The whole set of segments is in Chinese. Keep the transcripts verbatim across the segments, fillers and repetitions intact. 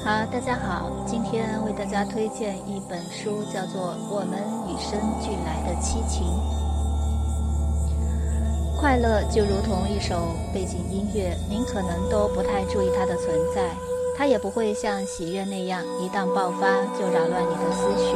好，大家好，今天为大家推荐一本书，叫做《我们与生俱来的七情》。快乐就如同一首背景音乐，您可能都不太注意它的存在，它也不会像喜悦那样一旦爆发就扰乱你的思绪。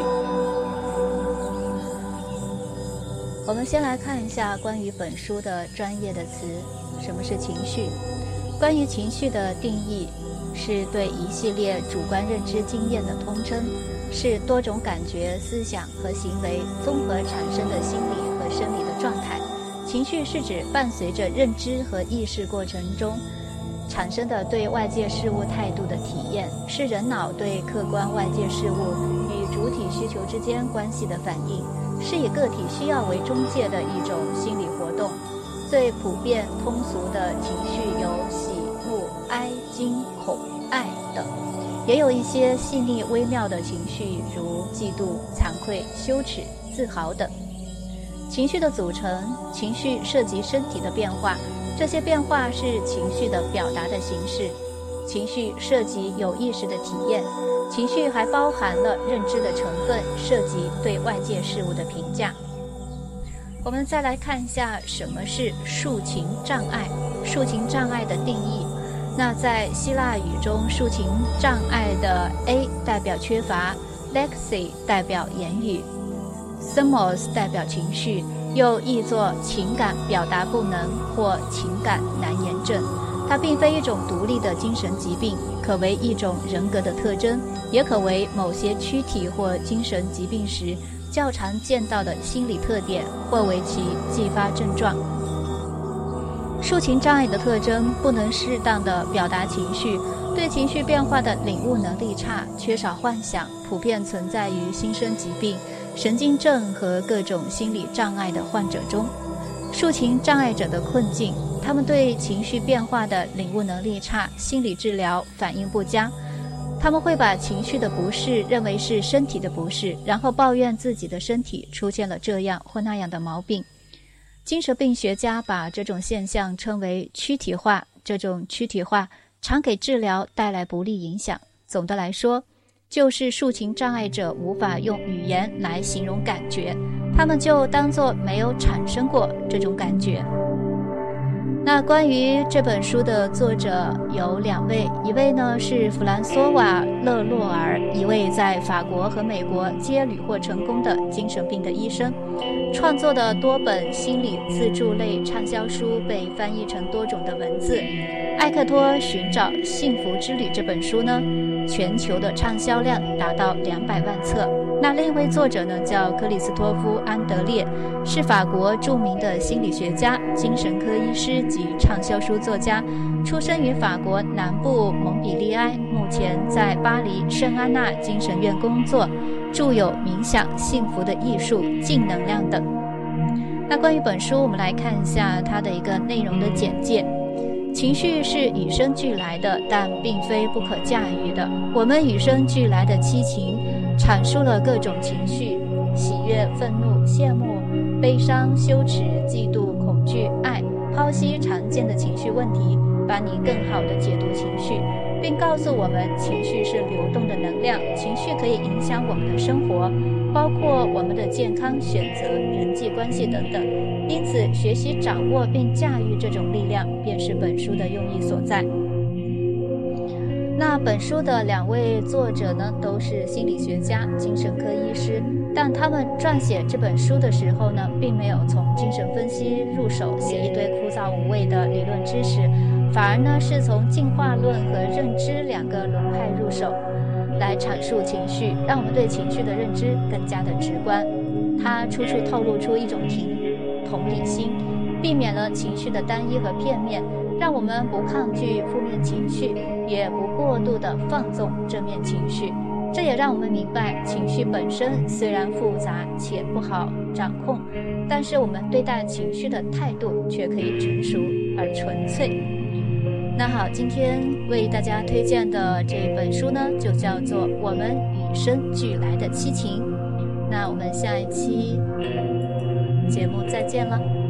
我们先来看一下关于本书的专业的词。什么是情绪？关于情绪的定义，是对一系列主观认知经验的通称，是多种感觉、思想和行为综合产生的心理和生理的状态。情绪是指伴随着认知和意识过程中产生的对外界事物态度的体验，是人脑对客观外界事物与主体需求之间关系的反应，是以个体需要为中介的一种心理活动。最普遍通俗的情绪有喜、怒、哀、惊、恐、爱等，也有一些细腻微妙的情绪，如嫉妒、惭愧、羞耻、自豪等。情绪的组成，情绪涉及身体的变化，这些变化是情绪的表达的形式。情绪涉及有意识的体验，情绪还包含了认知的成分，涉及对外界事物的评价。我们再来看一下什么是抒情障碍。抒情障碍的定义，那在希腊语中，抒情障碍的 A 代表缺乏， Lexi 代表言语， Themos 代表情绪，又译作情感表达不能或情感难言症。它并非一种独立的精神疾病，可为一种人格的特征，也可为某些躯体或精神疾病时较常见到的心理特点，或为其继发症状。抒情障碍的特征，不能适当地表达情绪，对情绪变化的领悟能力差，缺少幻想，普遍存在于心身疾病、神经症和各种心理障碍的患者中。抒情障碍者的困境，他们对情绪变化的领悟能力差，心理治疗反应不佳，他们会把情绪的不适认为是身体的不适，然后抱怨自己的身体出现了这样或那样的毛病。精神病学家把这种现象称为躯体化，这种躯体化常给治疗带来不利影响。总的来说，就是抒情障碍者无法用语言来形容感觉，他们就当作没有产生过这种感觉。那关于这本书的作者有两位，一位呢是弗兰索瓦·勒洛尔，一位在法国和美国皆屡获成功的精神病的医生，创作的多本心理自助类畅销书被翻译成多种的文字。艾克托寻找幸福之旅这本书呢，全球的畅销量达到两百万册。那另一位作者呢叫克里斯托夫·安德烈，是法国著名的心理学家、精神科医师及畅销书作家，出生于法国南部蒙彼利埃，目前在巴黎圣安娜精神院工作，著有《冥想、幸福的艺术》、《净能量》等。那关于本书，我们来看一下它的一个内容的简介。情绪是与生俱来的，但并非不可驾驭的。我们与生俱来的七情阐述了各种情绪：喜悦、愤怒、羡慕、悲伤、羞耻、嫉妒、恐惧、爱，剖析常见的情绪问题，帮你更好地解读情绪，并告诉我们情绪是流动的能量，情绪可以影响我们的生活，包括我们的健康、选择、人际关系等等。因此，学习掌握并驾驭这种力量，便是本书的用意所在。那本书的两位作者呢，都是心理学家、精神科医师，但他们撰写这本书的时候呢，并没有从精神分析入手，写一堆枯燥无味的理论知识，反而呢是从进化论和认知两个流派入手，来阐述情绪，让我们对情绪的认知更加的直观。它处处透露出一种同同理心，避免了情绪的单一和片面，让我们不抗拒负面情绪，也不过度的放纵正面情绪。这也让我们明白，情绪本身虽然复杂且不好掌控，但是我们对待情绪的态度却可以成熟而纯粹。那好，今天为大家推荐的这本书呢，就叫做《我们与生俱来的七情》。那我们下一期节目再见了。